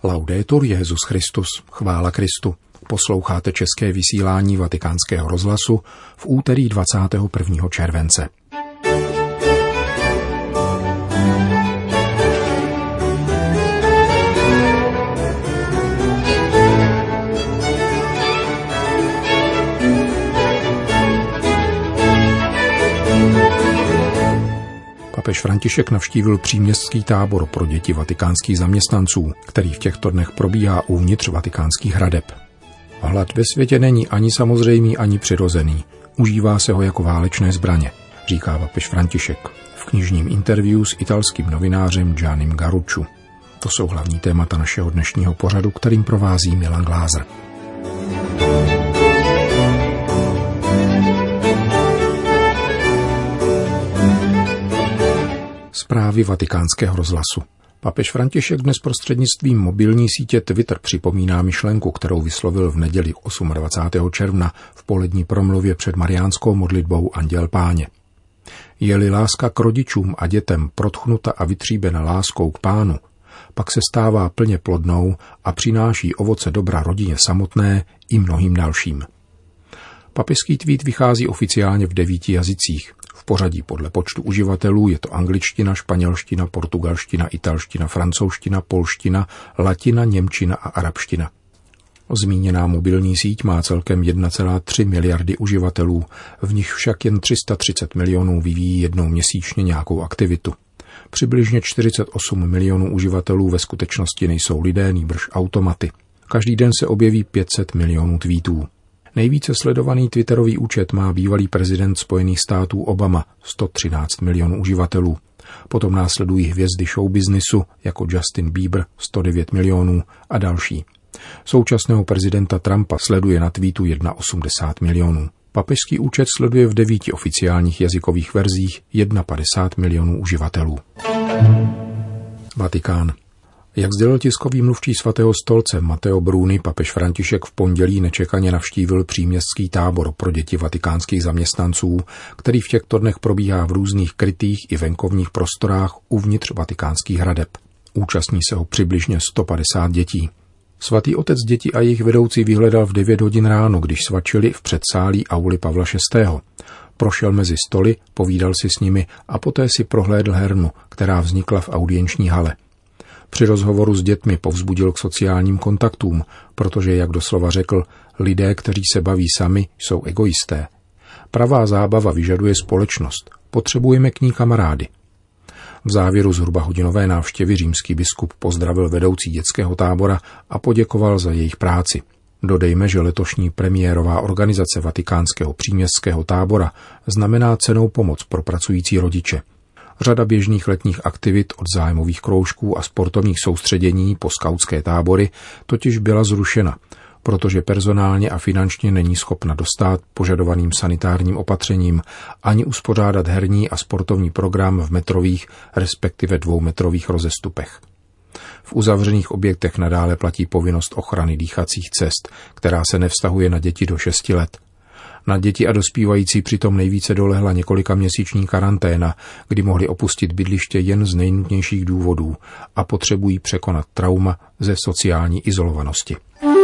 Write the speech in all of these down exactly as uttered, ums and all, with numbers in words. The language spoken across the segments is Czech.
Laudetur Jesus Christus, chvála Kristu. Posloucháte české vysílání Vatikánského rozhlasu v úterý dvacátého prvního července. Papež František navštívil příměstský tábor pro děti vatikánských zaměstnanců, který v těchto dnech probíhá uvnitř vatikánských hradeb. Hlad ve světě není ani samozřejmý, ani přirozený. Užívá se ho jako válečné zbraně, říká papež František v knižním interview s italským novinářem Giannim Garrucciu. To jsou hlavní témata našeho dnešního pořadu, kterým provází Milan Glázer. Zprávy Vatikánského rozhlasu. Papež František dnes prostřednictvím mobilní sítě Twitter připomíná myšlenku, kterou vyslovil v neděli dvacátého osmého června v polední promluvě před mariánskou modlitbou Anděl Páně. Je-li láska k rodičům a dětem protchnuta a vytříbena láskou k Pánu, pak se stává plně plodnou a přináší ovoce dobra rodině samotné i mnohým dalším. Papežský tweet vychází oficiálně v devíti jazycích. V pořadí podle počtu uživatelů je to angličtina, španělština, portugalština, italština, francouzština, polština, latina, němčina a arabština. Zmíněná mobilní síť má celkem jedna celá tři miliardy uživatelů, v nich však jen tři sta třicet milionů vyvíjí jednou měsíčně nějakou aktivitu. Přibližně čtyřicet osm milionů uživatelů ve skutečnosti nejsou lidé, nýbrž automaty. Každý den se objeví pět set milionů tweetů. Nejvíce sledovaný twitterový účet má bývalý prezident Spojených států Obama, sto třináct milionů uživatelů. Potom následují hvězdy showbiznisu jako Justin Bieber, sto devět milionů a další. Současného prezidenta Trumpa sleduje na tweetu osmdesát jedna milionů. Papežský účet sleduje v devíti oficiálních jazykových verzích padesát jedna milionů uživatelů. Vatikán. Jak sdělil tiskový mluvčí svatého stolce Matteo Bruni, papež František v pondělí nečekaně navštívil příměstský tábor pro děti vatikánských zaměstnanců, který v těchto dnech probíhá v různých krytých i venkovních prostorách uvnitř vatikánských hradeb. Účastní se ho přibližně sto padesát dětí. Svatý otec děti a jejich vedoucí vyhledal v devět hodin ráno, když svačili v předsálí auly Pavla šestého. Prošel mezi stoly, povídal si s nimi a poté si prohlédl hernu, která vznikla v audienční hale. Při rozhovoru s dětmi povzbudil k sociálním kontaktům, protože, jak doslova řekl, lidé, kteří se baví sami, jsou egoisté. Pravá zábava vyžaduje společnost. Potřebujeme k ní kamarády. V závěru zhruba hodinové návštěvy římský biskup pozdravil vedoucí dětského tábora a poděkoval za jejich práci. Dodejme, že letošní premiérová organizace vatikánského příměstského tábora znamená cennou pomoc pro pracující rodiče. Řada běžných letních aktivit od zájmových kroužků a sportovních soustředění po skautské tábory totiž byla zrušena, protože personálně a finančně není schopna dostát požadovaným sanitárním opatřením ani uspořádat herní a sportovní program v metrových, respektive dvoumetrových rozestupech. V uzavřených objektech nadále platí povinnost ochrany dýchacích cest, která se nevztahuje na děti do šesti let. Na děti a dospívající přitom nejvíce dolehla několika měsíční karanténa, kdy mohli opustit bydliště jen z nejnutnějších důvodů a potřebují překonat trauma ze sociální izolovanosti.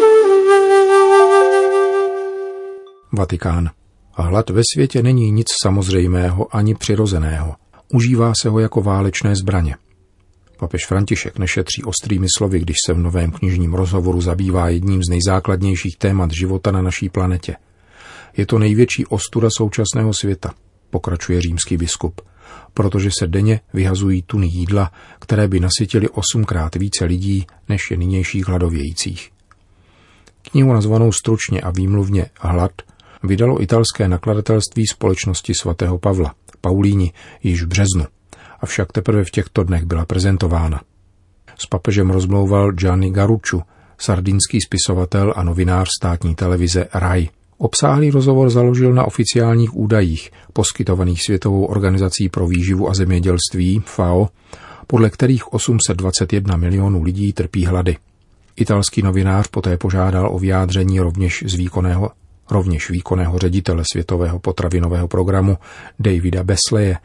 Vatikán. Hlad ve světě není nic samozřejmého ani přirozeného. Užívá se ho jako válečné zbraně. Papež František nešetří ostrými slovy, když se v novém knižním rozhovoru zabývá jedním z nejzákladnějších témat života na naší planetě. Je to největší ostuda současného světa, pokračuje římský biskup, protože se denně vyhazují tuny jídla, které by nasytily osmkrát více lidí, než je nynějších hladovějících. Knihu nazvanou stručně a výmluvně Hlad vydalo italské nakladatelství Společnosti svatého Pavla, Paulíni, již v březnu, avšak teprve v těchto dnech byla prezentována. S papežem rozmlouval Gianni Garrucciu, sardinský spisovatel a novinář státní televize Rai. Obsáhlý rozhovor založil na oficiálních údajích, poskytovaných Světovou organizací pro výživu a zemědělství F A O, podle kterých osm set dvacet jedna milionů lidí trpí hlady. Italský novinář poté požádal o vyjádření rovněž z výkonného, rovněž výkonného ředitele Světového potravinového programu Davida Besleje,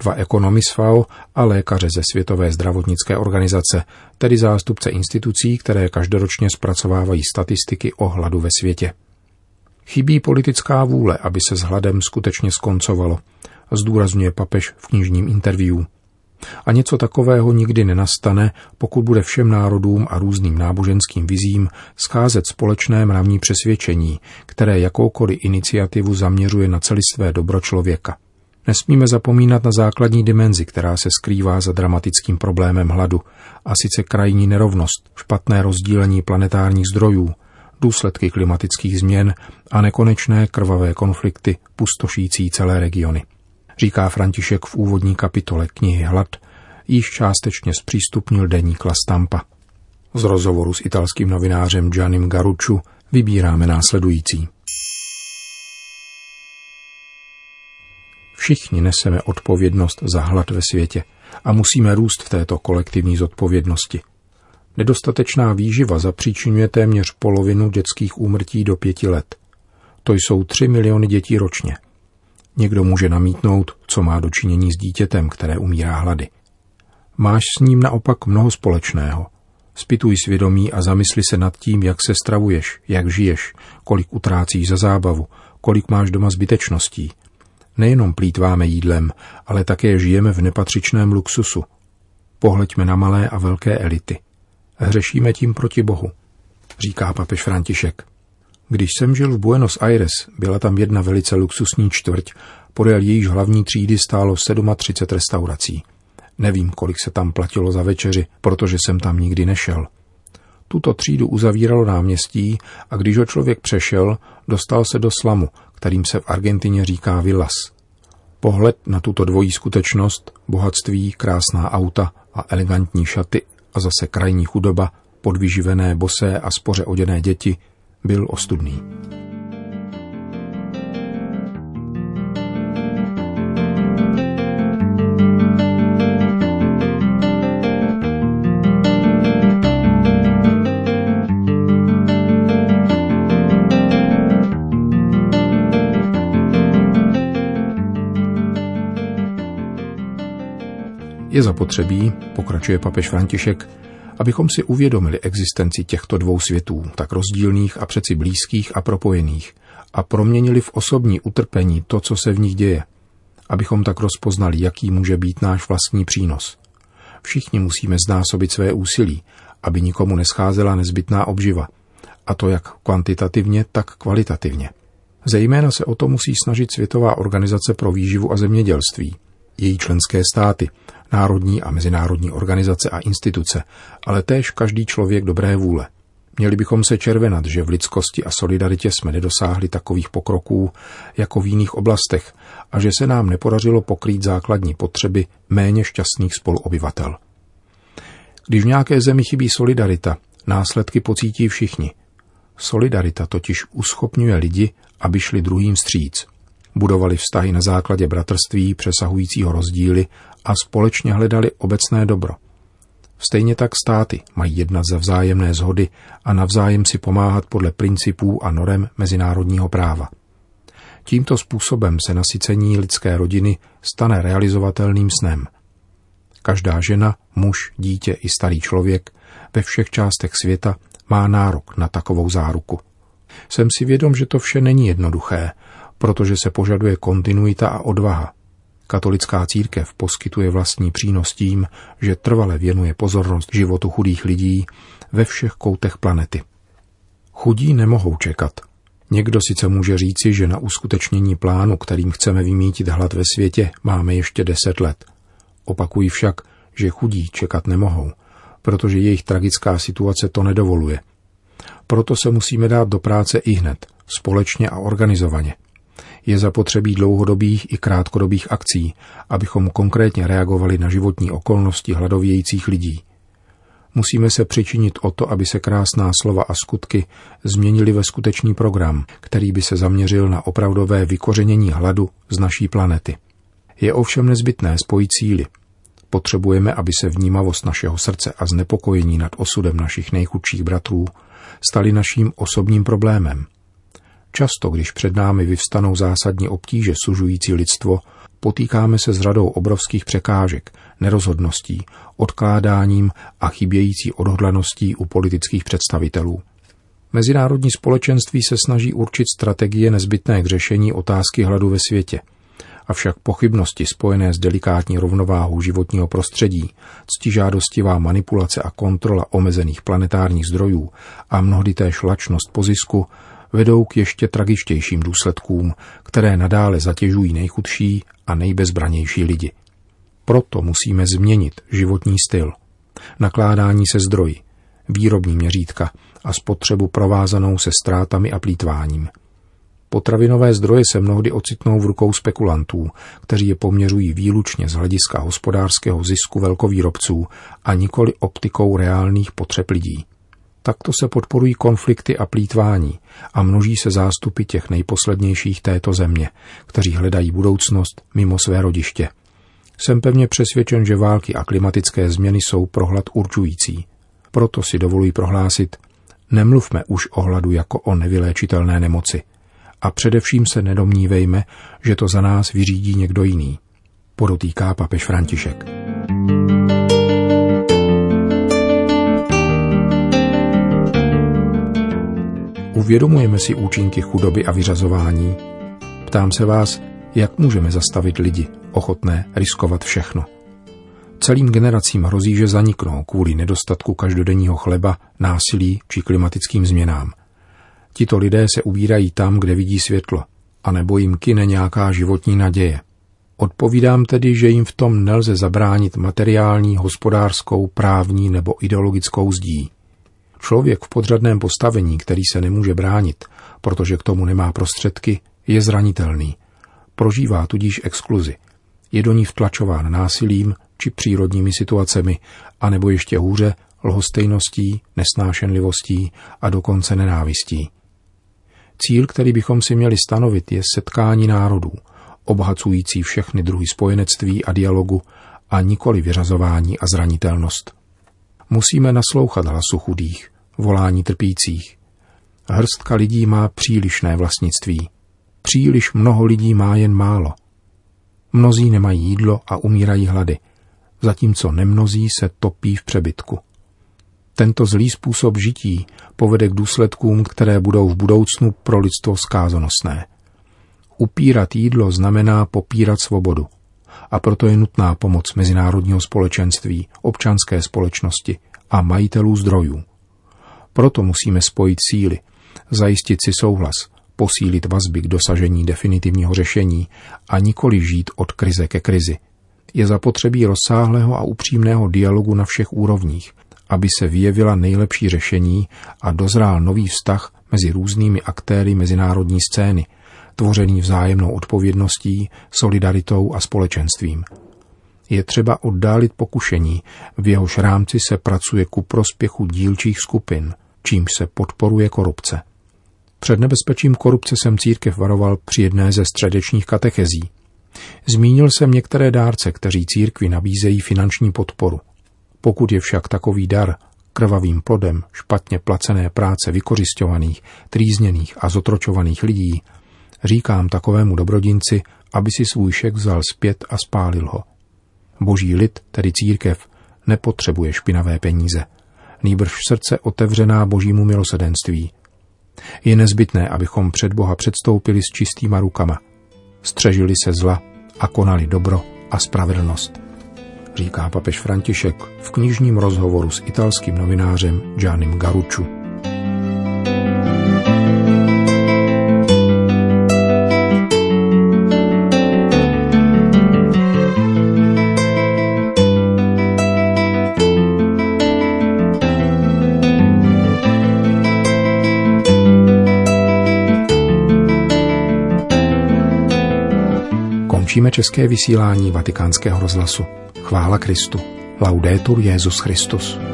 dva ekonomy z F A O a lékaře ze Světové zdravotnické organizace, tedy zástupce institucí, které každoročně zpracovávají statistiky o hladu ve světě. Chybí politická vůle, aby se s hladem skutečně skoncovalo, zdůrazňuje papež v knižním interview. A něco takového nikdy nenastane, pokud bude všem národům a různým náboženským vizím scházet společné mravní přesvědčení, které jakoukoliv iniciativu zaměřuje na celistvé dobro člověka. Nesmíme zapomínat na základní dimenzi, která se skrývá za dramatickým problémem hladu, a sice krajní nerovnost, špatné rozdílení planetárních zdrojů, důsledky klimatických změn a nekonečné krvavé konflikty pustošící celé regiony. Říká František v úvodní kapitole knihy Hlad, již částečně zpřístupnil deník La Stampa. Z rozhovoru s italským novinářem Giannim Garrucciu vybíráme následující. Všichni neseme odpovědnost za hlad ve světě a musíme růst v této kolektivní zodpovědnosti. Nedostatečná výživa zapříčinuje téměř polovinu dětských úmrtí do pěti let. To jsou tři miliony dětí ročně. Někdo může namítnout, co má dočinění s dítětem, které umírá hlady. Máš s ním naopak mnoho společného. Zpytuj svědomí a zamysli se nad tím, jak se stravuješ, jak žiješ, kolik utrácíš za zábavu, kolik máš doma zbytečností. Nejenom plýtváme jídlem, ale také žijeme v nepatřičném luxusu. Pohleďme na malé a velké elity. Hřešíme tím proti Bohu, říká papež František. Když jsem žil v Buenos Aires, byla tam jedna velice luxusní čtvrť, podél jejíž hlavní třídy stálo třicet sedm restaurací. Nevím, kolik se tam platilo za večeři, protože jsem tam nikdy nešel. Tuto třídu uzavíralo náměstí a když ho člověk přešel, dostal se do slamu, kterým se v Argentině říká villas. Pohled na tuto dvojí skutečnost, bohatství, krásná auta a elegantní šaty a zase krajní chudoba, podvyživené, bosé a spoře oděné děti, byl ostudný. Je zapotřebí, pokračuje papež František, abychom si uvědomili existenci těchto dvou světů, tak rozdílných a přeci blízkých a propojených, a proměnili v osobní utrpení to, co se v nich děje, abychom tak rozpoznali, jaký může být náš vlastní přínos. Všichni musíme znásobit své úsilí, aby nikomu nescházela nezbytná obživa, a to jak kvantitativně, tak kvalitativně. Zejména se o to musí snažit Světová organizace pro výživu a zemědělství, její členské státy, národní a mezinárodní organizace a instituce, ale též každý člověk dobré vůle. Měli bychom se červenat, že v lidskosti a solidaritě jsme nedosáhli takových pokroků jako v jiných oblastech a že se nám nepodařilo pokrýt základní potřeby méně šťastných spoluobyvatel. Když v nějaké zemi chybí solidarita, následky pocítí všichni. Solidarita totiž uschopňuje lidi, aby šli druhým vstříc. Budovali vztahy na základě bratrství přesahujícího rozdíly a společně hledali obecné dobro. Stejně tak státy mají jednat za vzájemné shody a navzájem si pomáhat podle principů a norem mezinárodního práva. Tímto způsobem se nasycení lidské rodiny stane realizovatelným snem. Každá žena, muž, dítě i starý člověk ve všech částech světa má nárok na takovou záruku. Jsem si vědom, že to vše není jednoduché, protože se požaduje kontinuita a odvaha. Katolická církev poskytuje vlastní přínos tím, že trvale věnuje pozornost životu chudých lidí ve všech koutech planety. Chudí nemohou čekat. Někdo sice může říci, že na uskutečnění plánu, kterým chceme vymýtit hlad ve světě, máme ještě deset let. Opakují však, že chudí čekat nemohou, protože jejich tragická situace to nedovoluje. Proto se musíme dát do práce ihned, společně a organizovaně. Je zapotřebí dlouhodobých i krátkodobých akcí, abychom konkrétně reagovali na životní okolnosti hladovějících lidí. Musíme se přičinit o to, aby se krásná slova a skutky změnily ve skutečný program, který by se zaměřil na opravdové vykořenění hladu z naší planety. Je ovšem nezbytné spojit síly. Potřebujeme, aby se vnímavost našeho srdce a znepokojení nad osudem našich nejchudších bratrů staly naším osobním problémem. Často, když před námi vyvstanou zásadní obtíže sužující lidstvo, potýkáme se s řadou obrovských překážek, nerozhodností, odkládáním a chybějící odhodlaností u politických představitelů. Mezinárodní společenství se snaží určit strategie nezbytné k řešení otázky hladu ve světě. Avšak pochybnosti spojené s delikátní rovnováhou životního prostředí, ctižádostivá manipulace a kontrola omezených planetárních zdrojů a mnohdy též lačnost po zisku vedou k ještě tragičtějším důsledkům, které nadále zatěžují nejchudší a nejbezbranější lidi. Proto musíme změnit životní styl, nakládání se zdroji, výrobní měřítka a spotřebu provázanou se ztrátami a plýtváním. Potravinové zdroje se mnohdy ocitnou v rukou spekulantů, kteří je poměřují výlučně z hlediska hospodářského zisku velkovýrobců a nikoli optikou reálných potřeb lidí. Takto se podporují konflikty a plýtvání a množí se zástupy těch nejposlednějších této země, kteří hledají budoucnost mimo své rodiště. Jsem pevně přesvědčen, že války a klimatické změny jsou pro hlad určující. Proto si dovoluji prohlásit, nemluvme už o hladu jako o nevyléčitelné nemoci. A především se nedomnívejme, že to za nás vyřídí někdo jiný, podotýká papež František. Uvědomujeme si účinky chudoby a vyřazování? Ptám se vás, jak můžeme zastavit lidi, ochotné riskovat všechno. Celým generacím hrozí, že zaniknou kvůli nedostatku každodenního chleba, násilí či klimatickým změnám. Tito lidé se ubírají tam, kde vidí světlo, anebo jim kyne nějaká životní naděje. Odpovídám tedy, že jim v tom nelze zabránit materiální, hospodářskou, právní nebo ideologickou zdí. Člověk v podřadném postavení, který se nemůže bránit, protože k tomu nemá prostředky, je zranitelný. Prožívá tudíž exkluzi. Je do ní vtlačován násilím či přírodními situacemi, anebo ještě hůře lhostejností, nesnášenlivostí a dokonce nenávistí. Cíl, který bychom si měli stanovit, je setkání národů, obohacující všechny druhy spojenectví a dialogu a nikoli vyřazování a zranitelnost. Musíme naslouchat hlasu chudých, volání trpících. Hrstka lidí má přílišné vlastnictví. Příliš mnoho lidí má jen málo. Mnozí nemají jídlo a umírají hlady, zatímco nemnozí se topí v přebytku. Tento zlý způsob žití povede k důsledkům, které budou v budoucnu pro lidstvo zkázonosné. Upírat jídlo znamená popírat svobodu. A proto je nutná pomoc mezinárodního společenství, občanské společnosti a majitelů zdrojů. Proto musíme spojit síly, zajistit si souhlas, posílit vazby k dosažení definitivního řešení a nikoli žít od krize ke krizi. Je zapotřebí rozsáhlého a upřímného dialogu na všech úrovních, aby se vyjevila nejlepší řešení a dozrál nový vztah mezi různými aktéry mezinárodní scény, tvořený vzájemnou odpovědností, solidaritou a společenstvím. Je třeba oddálit pokušení, v jehož rámci se pracuje ku prospěchu dílčích skupin, čímž se podporuje korupce. Před nebezpečím korupce jsem církev varoval při jedné ze středečních katechezí. Zmínil jsem některé dárce, kteří církvi nabízejí finanční podporu. Pokud je však takový dar krvavým plodem špatně placené práce vykořisťovaných, trýzněných a zotročovaných lidí, říkám takovému dobrodinci, aby si svůj šek vzal zpět a spálil ho. Boží lid, tedy církev, nepotřebuje špinavé peníze, nýbrž srdce otevřená Božímu milosedenství. Je nezbytné, abychom před Boha předstoupili s čistýma rukama, střežili se zla a konali dobro a spravedlnost, říká papež František v knižním rozhovoru s italským novinářem Giannim Garucciu. Končíme české vysílání Vatikánského rozhlasu. Chvála Kristu. Laudetur Jesus Christus.